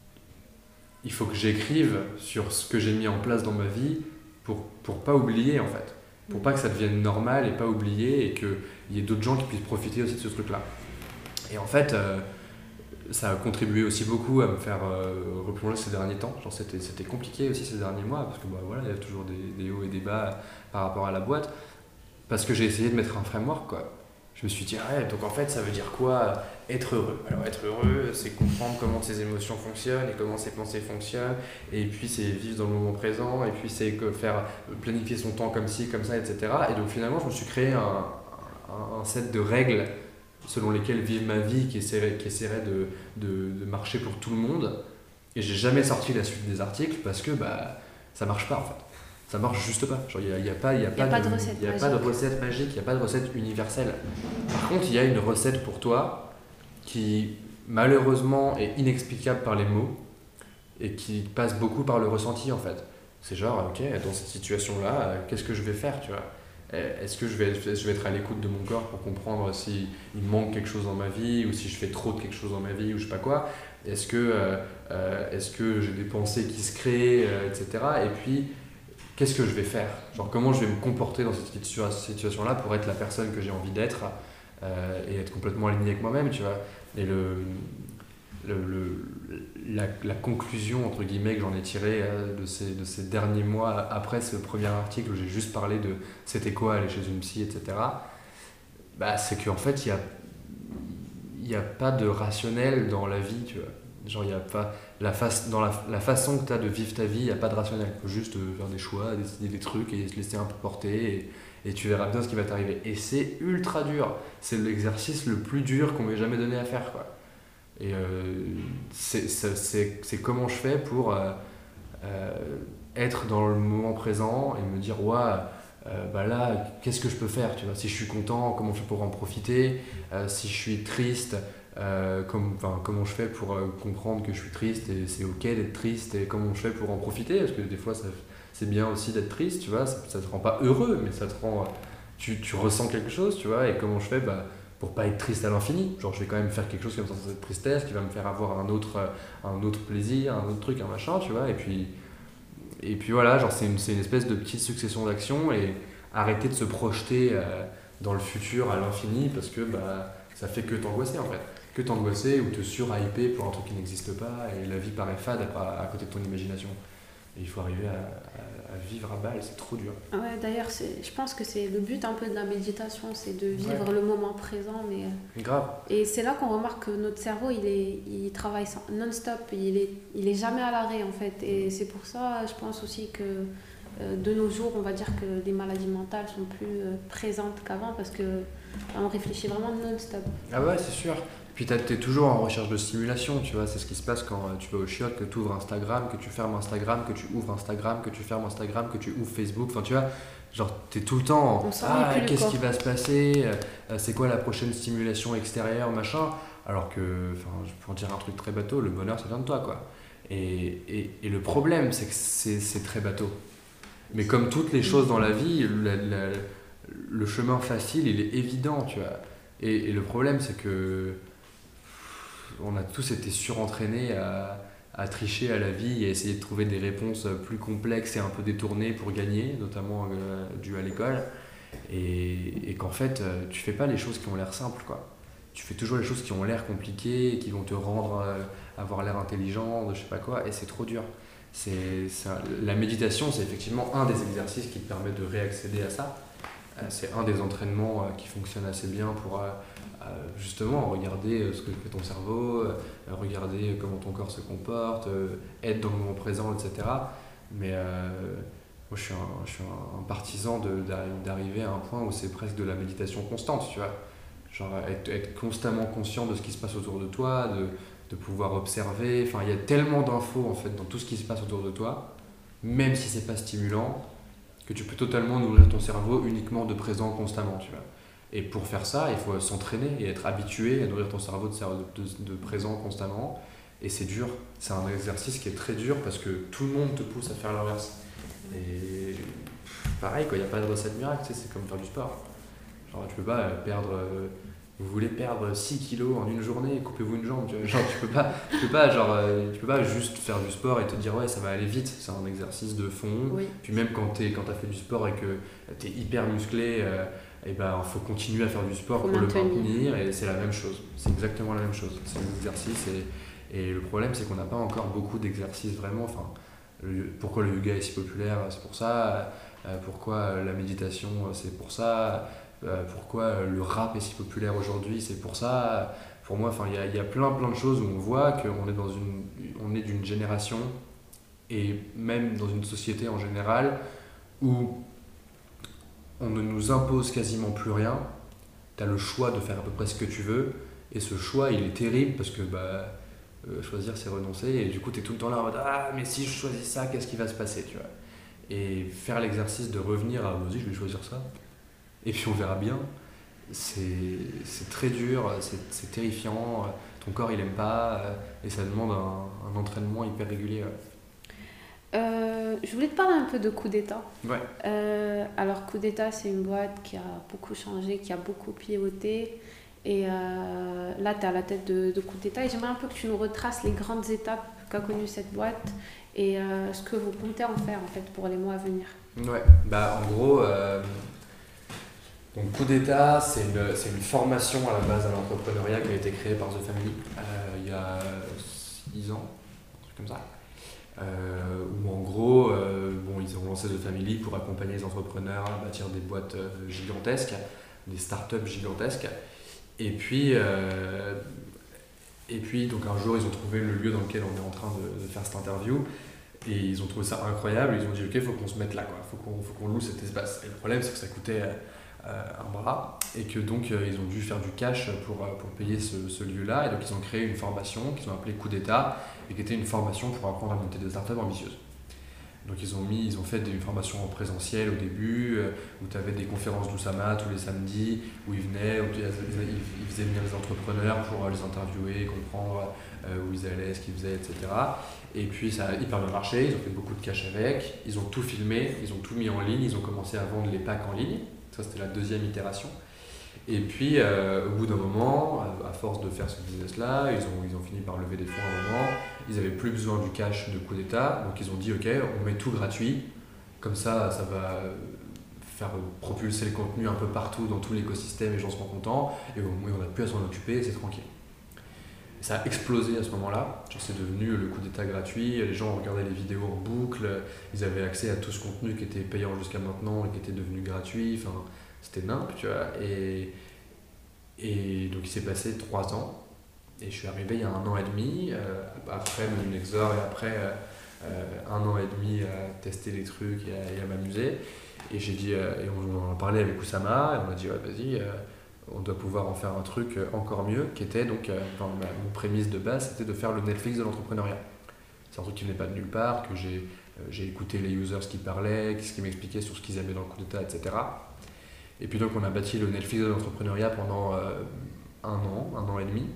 il faut que j'écrive sur ce que j'ai mis en place dans ma vie pour, pour pas oublier en fait. Pour pas que ça devienne normal et pas oublier et qu'il y ait d'autres gens qui puissent profiter aussi de ce truc-là. Et en fait, euh, ça a contribué aussi beaucoup à me faire euh, replonger ces derniers temps. Genre c'était, c'était compliqué aussi ces derniers mois parce que bah, voilà, il y a toujours des, des hauts et des bas par rapport à la boîte. Parce que j'ai essayé de mettre un framework, quoi. Je me suis dit, ah ouais, donc en fait, ça veut dire quoi être heureux? Alors être heureux, c'est comprendre comment ses émotions fonctionnent et comment ses pensées fonctionnent. Et puis c'est vivre dans le moment présent. Et puis c'est que faire planifier son temps comme ci, comme ça, et cetera. Et donc finalement, je me suis créé un, un, un set de règles selon lesquelles vivre ma vie qui essaierait, qui essaierait de, de, de marcher pour tout le monde. Et j'ai jamais sorti la suite des articles parce que bah, ça marche pas en fait. Ça marche juste pas. Il n'y a, y a pas, y a y a pas, pas de, de, recette y a magique. pas de recette magique, il n'y a pas de recette universelle. Par contre, il y a une recette pour toi qui, malheureusement, est inexplicable par les mots et qui passe beaucoup par le ressenti, en fait. C'est genre, ok, dans cette situation-là, euh, qu'est-ce que je vais faire, tu vois? Est-ce que je vais, je vais être à l'écoute de mon corps pour comprendre s'il me manque quelque chose dans ma vie ou si je fais trop de quelque chose dans ma vie ou je sais pas quoi? Est-ce que, euh, euh, est-ce que j'ai des pensées qui se créent, euh, et cetera. Et puis, qu'est-ce que je vais faire? Genre, comment je vais me comporter dans cette situation-là pour être la personne que j'ai envie d'être euh, et être complètement aligné avec moi-même, tu vois? Et le, le, le, la, la conclusion, entre guillemets, que j'en ai tirée euh, de, ces, de ces derniers mois après ce premier article où j'ai juste parlé de c'était quoi aller chez une psy, et cetera, bah, c'est qu'en fait, il n'y a, y a pas de rationnel dans la vie, tu vois. Genre, il y a pas la face, dans la, la façon que tu as de vivre ta vie, il n'y a pas de rationnel. Il faut juste faire des choix, décider des trucs et se laisser un peu porter. Et, et tu verras bien ce qui va t'arriver. Et c'est ultra dur. C'est l'exercice le plus dur qu'on m'ait jamais donné à faire, quoi. Et euh, c'est, c'est, c'est, c'est comment je fais pour euh, euh, être dans le moment présent et me dire, ouais, euh, bah là, qu'est-ce que je peux faire, tu vois? Si je suis content, comment je fais pour en profiter? Euh, si je suis triste, euh, comme, enfin, comment je fais pour euh, comprendre que je suis triste et c'est ok d'être triste, et comment je fais pour en profiter? Parce que des fois, ça, c'est bien aussi d'être triste, tu vois, ça, ça te rend pas heureux, mais ça te rend, tu, tu ressens quelque chose, tu vois, et comment je fais, bah, pour pas être triste à l'infini. Genre, je vais quand même faire quelque chose qui va me sortir de cette tristesse, qui va me faire avoir un autre, un autre plaisir, un autre truc, un machin, tu vois, et puis, et puis voilà, genre, c'est une, c'est une espèce de petite succession d'actions, et arrêter de se projeter euh, dans le futur à l'infini, parce que bah, ça fait que t'angoisser, en fait. Que t'angoisser ou te sur-hyper pour un truc qui n'existe pas, et la vie paraît fade à, à côté de ton imagination. Et il faut arriver à, à, à vivre à balle, c'est trop dur. Ouais, d'ailleurs, c'est, je pense que c'est le but un peu de la méditation, c'est de vivre Ouais. le moment présent. Mais, Grave. et c'est là qu'on remarque que notre cerveau, il, est, il travaille sans- non-stop, il est, il est jamais à l'arrêt en fait. Et c'est pour ça, je pense aussi que euh, de nos jours, on va dire que les maladies mentales sont plus euh, présentes qu'avant parce qu'on réfléchit vraiment non-stop. Ah ouais, c'est sûr. Puis t'as- t'es toujours en recherche de stimulation, tu vois. C'est ce qui se passe quand euh, tu vas au chiottes, que tu ouvres Instagram, que tu fermes Instagram, que tu ouvres Instagram, que tu fermes Instagram, que tu ouvres Facebook. Enfin, tu vois, genre t'es tout le temps en On s'en ah, met plus le qu'est-ce corps. qui va se passer? Euh, C'est quoi la prochaine stimulation extérieure, machin? Alors que, enfin, pour dire un truc très bateau, le bonheur ça vient de toi, quoi. Et, et, et le problème, c'est que c'est c'est très bateau. Mais comme toutes les choses dans la vie, la- la- le chemin facile, il est évident, tu vois. Et, et le problème, c'est que on a tous été surentraînés à, à tricher à la vie et à essayer de trouver des réponses plus complexes et un peu détournées pour gagner, notamment euh, dues à l'école. Et, et qu'en fait, euh, tu fais pas les choses qui ont l'air simples, quoi. Tu fais toujours les choses qui ont l'air compliquées, et qui vont te rendre euh, avoir l'air intelligent, de je sais pas quoi, et c'est trop dur. C'est, ça- la méditation, c'est effectivement un des exercices qui te permet de réaccéder à ça. Euh, c'est un des entraînements euh, qui fonctionne assez bien pour euh, euh, justement regarder euh, ce que fait ton cerveau, euh, regarder comment ton corps se comporte, euh, être dans le moment présent, et cetera. Mais euh, moi, je suis un, je suis un, un partisan de, d'arri- d'arriver à un point où c'est presque de la méditation constante, tu vois. Genre être, être constamment conscient de ce qui se passe autour de toi, de, de pouvoir observer. Enfin, il y a tellement d'infos en fait dans tout ce qui se passe autour de toi, même si c'est pas stimulant, que tu peux totalement nourrir ton cerveau uniquement de présent constamment, tu vois. Et pour faire ça, il faut s'entraîner et être habitué à nourrir ton cerveau de, cerveau de, de, de présent constamment. Et c'est dur. C'est un exercice qui est très dur parce que tout le monde te pousse à faire l'inverse. Et pareil, il n'y a pas de recette miracle, tu sais, c'est comme faire du sport. Genre, tu peux pas euh, perdre. euh, vous voulez perdre six kilos en une journée, coupez-vous une jambe. Tu vois. Genre, tu peux pas, tu peux pas, genre, euh, tu peux pas juste faire du sport et te dire ouais, ça va aller vite. C'est un exercice de fond. Oui. Puis même quand tu quand as fait du sport et que tu es hyper musclé, euh, et ben, faut continuer à faire du sport Faut pour maintenir. le maintenir. Et c'est la même chose. C'est exactement la même chose. C'est des exercices. Et, et le problème, c'est qu'on n'a pas encore beaucoup d'exercices vraiment. Enfin, le- pourquoi le yoga est si populaire? C'est pour ça. Euh, pourquoi la méditation? C'est pour ça. Euh, pourquoi le rap est si populaire aujourd'hui? C'est pour ça. Pour moi, enfin, il y a, il y a plein plein de choses où on voit qu'on est dans une, on est d'une génération et même dans une société en général où on ne nous impose quasiment plus rien. Tu as le choix de faire à peu près ce que tu veux et ce choix il est terrible parce que bah, euh, choisir c'est renoncer et du coup tu es tout le temps là en mode ah mais si je choisis ça qu'est-ce qui va se passer, tu vois. Et faire l'exercice de revenir à vas-y je vais choisir ça et puis on verra bien, c'est c'est très dur, c'est c'est terrifiant, ton corps il aime pas euh, et ça demande un, un entraînement hyper régulier. Ouais. Euh, je voulais te parler un peu de Coup d'État. Ouais. Euh, alors, Coup d'État, c'est une boîte qui a beaucoup changé, qui a beaucoup pivoté. Et euh, là, tu es à la tête de, de Coup d'État. Et j'aimerais un peu que tu nous retraces les grandes étapes qu'a connues cette boîte et euh, ce que vous comptez en faire en fait, pour les mois à venir. Ouais, bah en gros, euh, donc Coup d'État, c'est une, c'est une formation à la base à l'entrepreneuriat qui a été créée par The Family euh, il y a six ans, un truc comme ça. Euh, où en gros, euh, bon, ils ont lancé The Family pour accompagner les entrepreneurs à bâtir des boîtes euh, gigantesques, des startups gigantesques. Et puis, euh, et puis donc un jour, ils ont trouvé le lieu dans lequel on est en train de, de faire cette interview. Et ils ont trouvé ça incroyable, ils ont dit ok, il faut qu'on se mette là, quoi. Faut qu'on, faut qu'on loue cet espace. Et le problème, c'est que ça coûtait euh, un bras, et que donc euh, ils ont dû faire du cash pour, pour payer ce, ce lieu-là. Et donc ils ont créé une formation qu'ils ont appelée Coup d'État, et qui était une formation pour apprendre à monter des startups ambitieuses. Donc ils ont, mis, ils ont fait une formation en présentiel au début, euh, où tu avais des conférences d'Oussama tous les samedis, où ils venaient, où ils, ils faisaient venir les entrepreneurs pour les interviewer, comprendre euh, où ils allaient, ce qu'ils faisaient, et cetera. Et puis ça a hyper bien marché, ils ont fait beaucoup de cash avec, ils ont tout filmé, ils ont tout mis en ligne, ils ont commencé à vendre les packs en ligne, ça c'était la deuxième itération. Et puis euh, au bout d'un moment, à, à force de faire ce business-là, ils ont, ils ont fini par lever des fonds à un moment, ils n'avaient plus besoin du cash de Coup d'État, donc ils ont dit ok, on met tout gratuit, comme ça ça va faire propulser le contenu un peu partout dans tout l'écosystème, les gens seront contents, et on n'a plus à s'en occuper, c'est tranquille. Ça a explosé à ce moment-là, genre c'est devenu le Coup d'État gratuit, les gens regardaient les vidéos en boucle, ils avaient accès à tout ce contenu qui était payant jusqu'à maintenant et qui était devenu gratuit, enfin c'était nimp, tu vois. Et, et donc il s'est passé trois ans, et je suis arrivé il y a un an et demi, euh, après mon exor et après euh, un an et demi à tester les trucs et à, et à m'amuser. Et j'ai dit, euh, et on, on en parlait avec Oussama, et on a dit ouais vas-y, euh, on doit pouvoir en faire un truc encore mieux, qui était donc, euh, enfin, ma, mon prémisse de base, c'était de faire le Netflix de l'entrepreneuriat. C'est un truc qui venait pas de nulle part, que j'ai, euh, j'ai écouté les users qui parlaient, ce qui m'expliquaient sur ce qu'ils aimaient dans le Coup d'État, et cetera. Et puis donc on a bâti le Netflix de l'entrepreneuriat pendant euh, un an, un an et demi.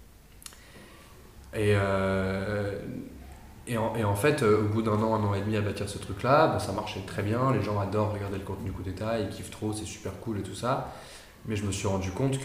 Et, euh, et, en, et en fait, euh, au bout d'un an, un an et demi à bâtir ce truc-là, bon, ça marchait très bien, les gens adorent regarder le contenu Coup d'État, ils kiffent trop, c'est super cool et tout ça. Mais je me suis rendu compte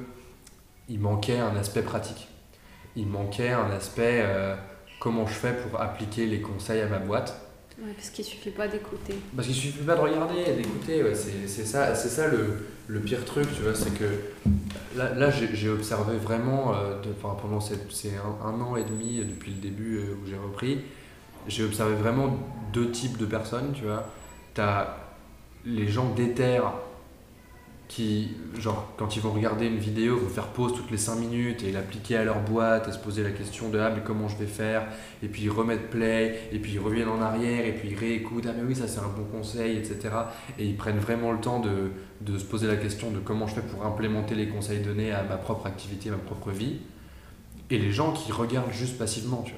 qu'il manquait un aspect pratique. Il manquait un aspect euh, comment je fais pour appliquer les conseils à ma boîte. Ouais, parce qu'il ne suffit pas d'écouter. Parce qu'il ne suffit pas de regarder et d'écouter. Ouais, c'est, c'est ça, c'est ça le, le pire truc, tu vois. C'est que là, là j'ai, j'ai observé vraiment, euh, de, pendant cette, c'est un, un an et demi depuis le début euh, où j'ai repris, j'ai observé vraiment deux types de personnes, tu vois. Tu as les gens déterres qui, genre, quand ils vont regarder une vidéo, vont faire pause toutes les cinq minutes et l'appliquer à leur boîte et se poser la question de ah mais comment je vais faire, et puis ils remettent play, et puis ils reviennent en arrière, et puis ils réécoutent, ah mais oui ça c'est un bon conseil, et cetera. Et ils prennent vraiment le temps de, de se poser la question de comment je fais pour implémenter les conseils donnés à ma propre activité, ma propre vie. Et les gens qui regardent juste passivement, tu vois.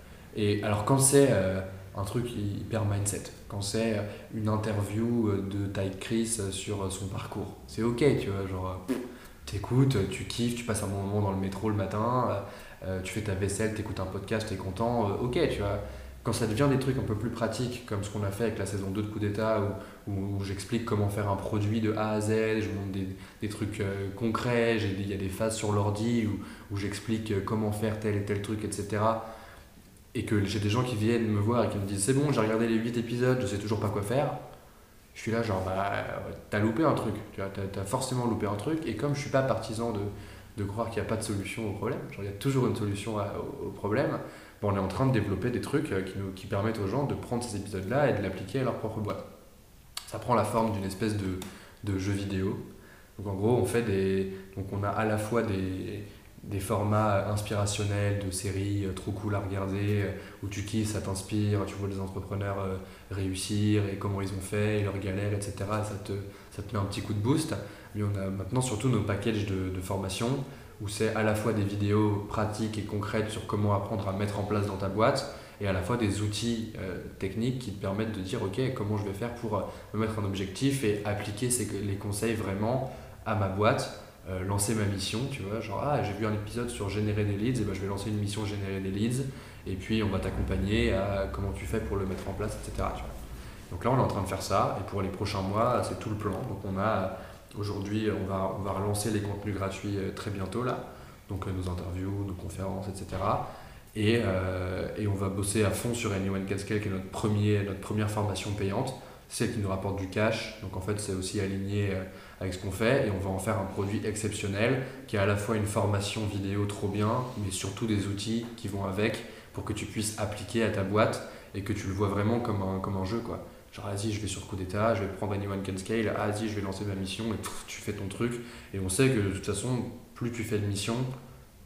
Et alors quand c'est euh, un truc hyper mindset, quand c'est une interview de Ty Chris sur son parcours, c'est ok, tu vois, genre t'écoutes, tu kiffes, tu passes un bon moment dans le métro le matin, euh, tu fais ta vaisselle, t'écoutes un podcast, t'es content, euh, ok, tu vois. Quand ça devient des trucs un peu plus pratiques, comme ce qu'on a fait avec la saison deux de Coup d'État, où, où, où j'explique comment faire un produit de A à Z, je montre des, des trucs euh, concrets, il y a des phases sur l'ordi où, où j'explique comment faire tel et tel truc, et cetera. Et que j'ai des gens qui viennent me voir et qui me disent c'est bon, j'ai regardé les huit épisodes, je sais toujours pas quoi faire. Je suis là genre bah t'as loupé un truc, tu vois, t'as, t'as forcément loupé un truc. Et comme je suis pas partisan de, de croire qu'il n'y a pas de solution au problème, genre il y a toujours une solution à, au, au problème, bon, on est en train de développer des trucs qui, nous, qui permettent aux gens de prendre ces épisodes là et de l'appliquer à leur propre boîte. Ça prend la forme d'une espèce de, de jeu vidéo. Donc en gros on fait des, donc on a à la fois des des formats inspirationnels de séries trop cool à regarder, où tu kiffes, ça t'inspire, tu vois les entrepreneurs réussir et comment ils ont fait, et leurs galères, et cetera. Et ça te, ça te met un petit coup de boost. Mais on a maintenant surtout nos packages de, de formation, où c'est à la fois des vidéos pratiques et concrètes sur comment apprendre à mettre en place dans ta boîte, et à la fois des outils euh, techniques qui te permettent de dire ok, comment je vais faire pour me mettre un objectif et appliquer ces, les conseils vraiment à ma boîte. Euh, lancer ma mission, tu vois, genre ah j'ai vu un épisode sur générer des leads, et ben je vais lancer une mission générer des leads, et puis on va t'accompagner à comment tu fais pour le mettre en place, et cetera. Tu vois. Donc là on est en train de faire ça, et pour les prochains mois c'est tout le plan. Donc on a aujourd'hui on va, on va relancer les contenus gratuits très bientôt là, donc euh, nos interviews, nos conférences, et cetera. Et, euh, et on va bosser à fond sur Anyone Can Scale, qui est notre, premier, notre première formation payante, celle qui nous rapporte du cash. Donc en fait c'est aussi aligné avec ce qu'on fait, et on va en faire un produit exceptionnel qui a à la fois une formation vidéo trop bien, mais surtout des outils qui vont avec pour que tu puisses appliquer à ta boîte et que tu le vois vraiment comme un, comme un jeu, quoi. Genre vas-y je vais sur Coup d'État, je vais prendre Anyone Can Scale, ah vas-y je vais lancer ma mission, et pff, tu fais ton truc. Et on sait que de toute façon plus tu fais de missions,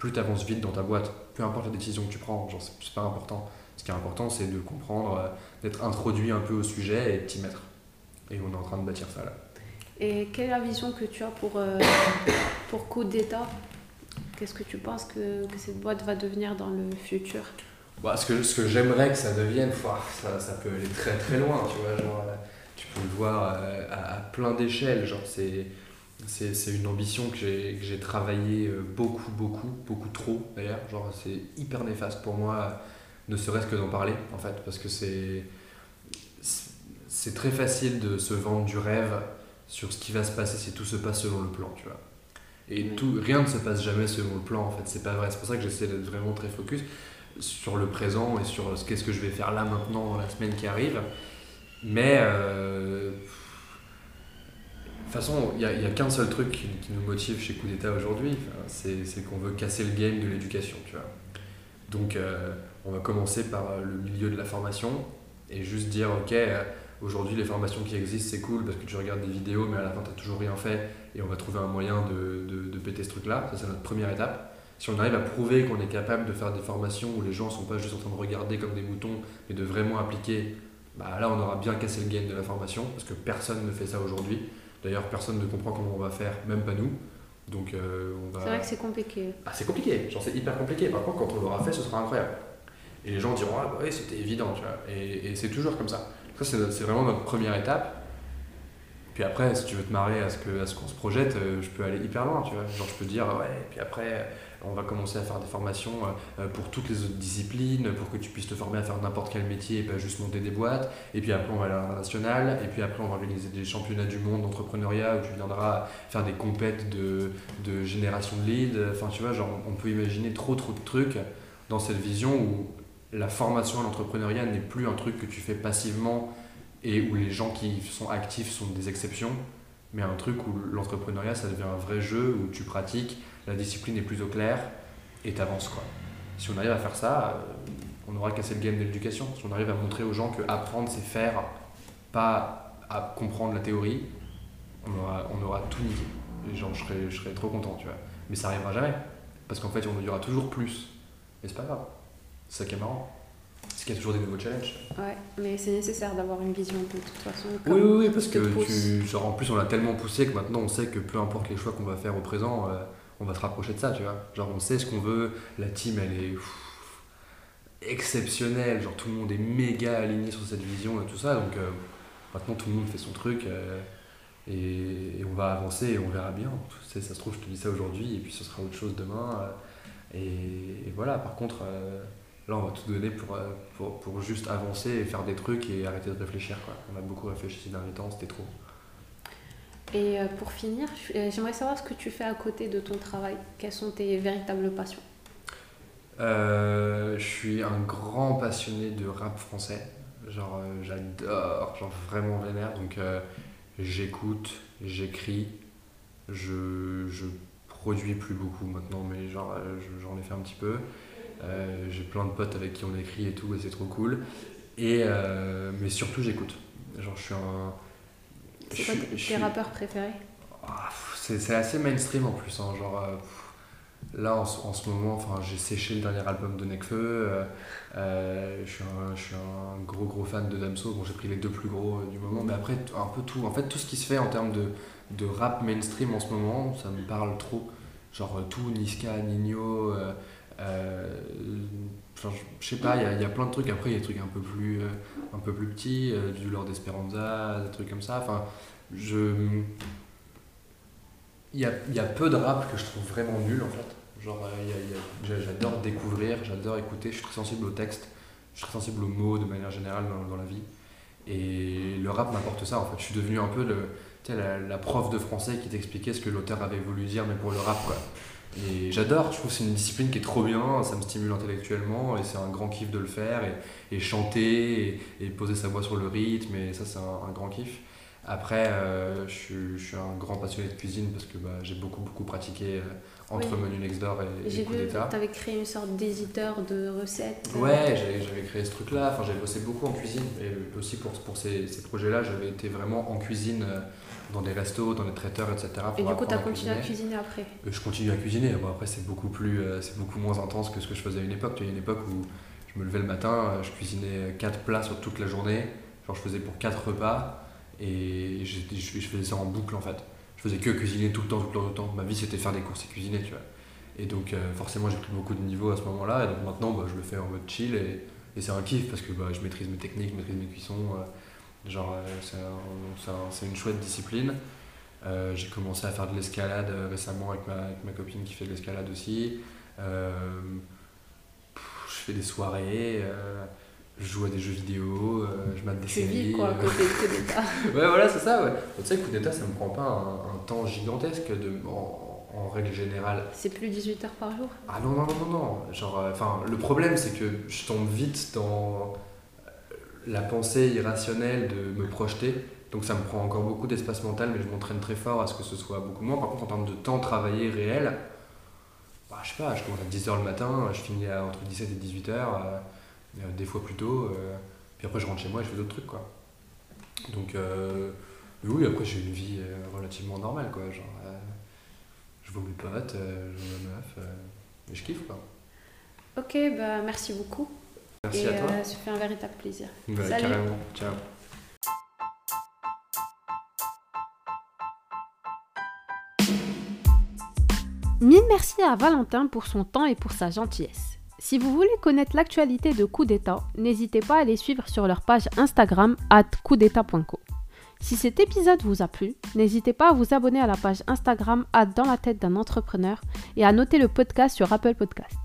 plus tu avances vite dans ta boîte. Peu importe la décision que tu prends, genre, c'est, c'est pas important. Ce qui est important, c'est de comprendre, euh, d'être introduit un peu au sujet et de t'y mettre. Et on est en train de bâtir ça là. Et quelle est la vision que tu as pour, euh, pour Coup d'État? Qu'est-ce que tu penses que, que cette boîte va devenir dans le futur? Bah, ce, que, ce que j'aimerais que ça devienne, ouah, ça, ça peut aller très très loin, tu vois. Genre, euh, tu peux le voir euh, à, à plein d'échelles. Genre, c'est, c'est, c'est une ambition que j'ai, que j'ai travaillé euh, beaucoup, beaucoup, beaucoup trop d'ailleurs. Genre, c'est hyper néfaste pour moi, ne serait-ce que d'en parler en fait, parce que c'est, c'est, c'est très facile de se vendre du rêve sur ce qui va se passer si tout se passe selon le plan, tu vois. Et Oui. tout, rien ne se passe jamais selon le plan en fait, c'est pas vrai. C'est pour ça que j'essaie d'être vraiment très focus sur le présent et sur ce qu'est-ce que je vais faire là maintenant dans la semaine qui arrive. Mais euh, de toute façon, il n'y a, y a qu'un seul truc qui, qui nous motive chez Coup d'État aujourd'hui, enfin, c'est, c'est qu'on veut casser le game de l'éducation, tu vois. Donc euh, on va commencer par euh, le milieu de la formation et juste dire ok, euh, aujourd'hui les formations qui existent c'est cool parce que tu regardes des vidéos mais à la fin tu n'as toujours rien fait et on va trouver un moyen de, de, de péter ce truc là, ça c'est notre première étape. Si on arrive à prouver qu'on est capable de faire des formations où les gens ne sont pas juste en train de regarder comme des moutons mais de vraiment appliquer, bah là on aura bien cassé le game de la formation parce que personne ne fait ça aujourd'hui. D'ailleurs personne ne comprend comment on va faire, même pas nous. Donc euh, on va... C'est vrai que c'est compliqué. Ah, c'est compliqué, genre c'est hyper compliqué. Par contre, quand on l'aura fait, ce sera incroyable. Et les gens diront, ah bah oui, c'était évident, tu vois. Et, et c'est toujours comme ça. Ça, c'est, notre- c'est vraiment notre première étape. Puis après, si tu veux te marrer à ce, que, à ce qu'on se projette, euh, je peux aller hyper loin, tu vois. Genre, je peux dire, ouais, et puis après, on va commencer à faire des formations euh, pour toutes les autres disciplines, pour que tu puisses te former à faire n'importe quel métier et pas juste monter des boîtes. Et puis après, on va aller à l'international. Et puis après, on va organiser des championnats du monde d'entrepreneuriat où tu viendras faire des compètes de, de génération de leads. Enfin, tu vois, genre, on peut imaginer trop, trop de trucs dans cette vision où la formation à l'entrepreneuriat n'est plus un truc que tu fais passivement et où les gens qui sont actifs sont des exceptions, mais un truc où l'entrepreneuriat ça devient un vrai jeu où tu pratiques, la discipline est plus au clair et t'avances quoi. Si on arrive à faire ça, euh, on aura cassé le game de l'éducation. Si on arrive à montrer aux gens que apprendre c'est faire, pas à comprendre la théorie, on aura, on aura tout niqué. Et genre, je serais, je serais trop content, tu vois. Mais ça arrivera jamais, parce qu'en fait il y aura toujours plus. Mais c'est pas grave, c'est ça qui est marrant. C'est qu'il y a toujours des nouveaux challenges. Ouais, mais c'est nécessaire d'avoir une vision de toute façon. Oui, comme oui, oui, parce te que pousse. tu, genre, en plus on l'a tellement poussé que maintenant on sait que peu importe les choix qu'on va faire au présent, euh, on va se rapprocher de ça, tu vois. Genre on sait ce qu'on veut, la team elle est pff, exceptionnelle, genre tout le monde est méga aligné sur cette vision et tout ça, donc euh, maintenant tout le monde fait son truc euh, et, et on va avancer et on verra bien. Tu sais, ça se trouve je te dis ça aujourd'hui et puis ce sera autre chose demain. euh, et, et voilà, par contre, euh, là on va tout donner pour, euh, pour, pour juste avancer et faire des trucs et arrêter de réfléchir, quoi. On a beaucoup réfléchi ces derniers temps, c'était trop. Et euh, pour finir, je- euh, j'aimerais savoir ce que tu fais à côté de ton travail. Quelles sont tes véritables passions? Euh, je suis un grand passionné de rap français. Genre, euh, j'adore, genre vraiment vénère. Donc, euh, j'écoute, j'écris, je, je produis plus beaucoup maintenant, mais genre, euh, je- j'en ai fait un petit peu. Euh, j'ai plein de potes avec qui on écrit et tout, et c'est trop cool. Et, euh, mais surtout, j'écoute. Genre, je suis un. je C'est quoi suis- tes, je tes suis- rappeurs préférés? Ah, pff, c'est c'est assez mainstream en plus, hein, genre. euh, Là, en, ce- en ce moment, enfin, j'ai séché le dernier album de Nekfeu. Euh, euh, je, suis un, je suis un gros gros fan de Damso. Bon, j'ai pris les deux plus gros euh, du moment, mais après, t- un peu tout. En fait, tout ce qui se fait en termes de, de rap mainstream en ce moment, ça me parle trop. Genre euh, tout, Niska, Nino. Euh, euh, enfin, je je sais pas, il y, a- il y a plein de trucs. Après, il y a des trucs un peu plus, euh, un peu plus petits, euh, du Lord Esperanza, des trucs comme ça. Enfin, je. Il y a, il y a peu de rap que je trouve vraiment nul en fait. Genre, euh, il y a- il y a- j'a- j'adore découvrir, j'adore écouter, je suis très sensible au texte, je suis très sensible aux mots de manière générale dans, dans la vie. Et le rap m'apporte ça en fait. Je suis devenu un peu le, tu sais, la, la prof de français qui t'expliquait ce que l'auteur avait voulu dire, mais pour le rap quoi. Et j'adore, je trouve que c'est une discipline qui est trop bien, ça me stimule intellectuellement et c'est un grand kiff de le faire. Et, et chanter et, et poser sa voix sur le rythme, et ça c'est un, un grand kiff. Après, euh, je, suis, je suis un grand passionné de cuisine parce que bah, j'ai beaucoup beaucoup pratiqué euh, entre Oui. Menu Next Door et, et J'ai Coup vu que d'État. tu avais créé une sorte d'éditeur de recettes. Ouais, j'avais, j'avais créé ce truc-là, enfin j'avais bossé beaucoup en cuisine et aussi pour, pour ces, ces projets-là, j'avais été vraiment en cuisine euh, dans des restos, dans des traiteurs, et cetera. Et du coup, tu as à continué à cuisiner. cuisiner après? Euh, Je continue à cuisiner. Bon, après, c'est beaucoup, plus, euh, c'est beaucoup moins intense que ce que je faisais à une époque. Il y a une époque où je me levais le matin, euh, je cuisinais quatre plats sur toute la journée. Genre, je faisais pour quatre repas et j'étais- je, je faisais ça en boucle en fait. Je faisais que cuisiner tout le temps, tout le temps, tout le temps. Ma vie, c'était faire des courses et cuisiner, tu vois. Et donc, euh, forcément, j'ai pris beaucoup de niveau à ce moment-là. Et donc, maintenant, bah, je le fais en mode chill et, et c'est un kiff parce que bah, je maîtrise mes techniques, je maîtrise mes cuissons. euh, genre, euh, c'est un- c'est un- c'est une chouette discipline. Euh, j'ai commencé à faire de l'escalade euh, récemment avec ma, avec ma copine qui fait de l'escalade aussi. Euh, pff, je fais des soirées, euh, je joue à des jeux vidéo, euh, je mate des Tu séries. vis quoi à euh. côté de coup d'état? Ouais, voilà, c'est ça, ouais. Tu sais, coup d'état, ça me prend pas un, un temps gigantesque de, en, en règle générale. C'est plus dix-huit heures par jour? Ah non, non, non, non, non. Genre, euh, enfin, le problème, c'est que je tombe vite dans la pensée irrationnelle de me projeter. Donc ça me prend encore beaucoup d'espace mental, mais je m'entraîne très fort à ce que ce soit beaucoup moins. Par contre, en termes de temps travaillé réel, bah, je sais pas, je commence à dix heures le matin, je finis à entre dix-sept et dix-huit heures, euh, euh, des fois plus tôt. Euh, puis après, je rentre chez moi et je fais d'autres trucs, quoi. Donc, euh, mais oui, après, j'ai une vie euh, relativement normale, quoi. Genre, euh, je vois mes potes, euh, je vois ma meuf, euh, et je kiffe, quoi. Ok, bah merci beaucoup. Merci Et à toi. euh, ça fait un véritable plaisir. Ouais, Salut. carrément. Ciao. Mille merci à Valentin pour son temps et pour sa gentillesse. Si vous voulez connaître l'actualité de Coup d'État, n'hésitez pas à les suivre sur leur page Instagram arobase coup d'état point co. Si cet épisode vous a plu, n'hésitez pas à vous abonner à la page Instagram arobase dans la tête d'un entrepreneur et à noter le podcast sur Apple Podcast.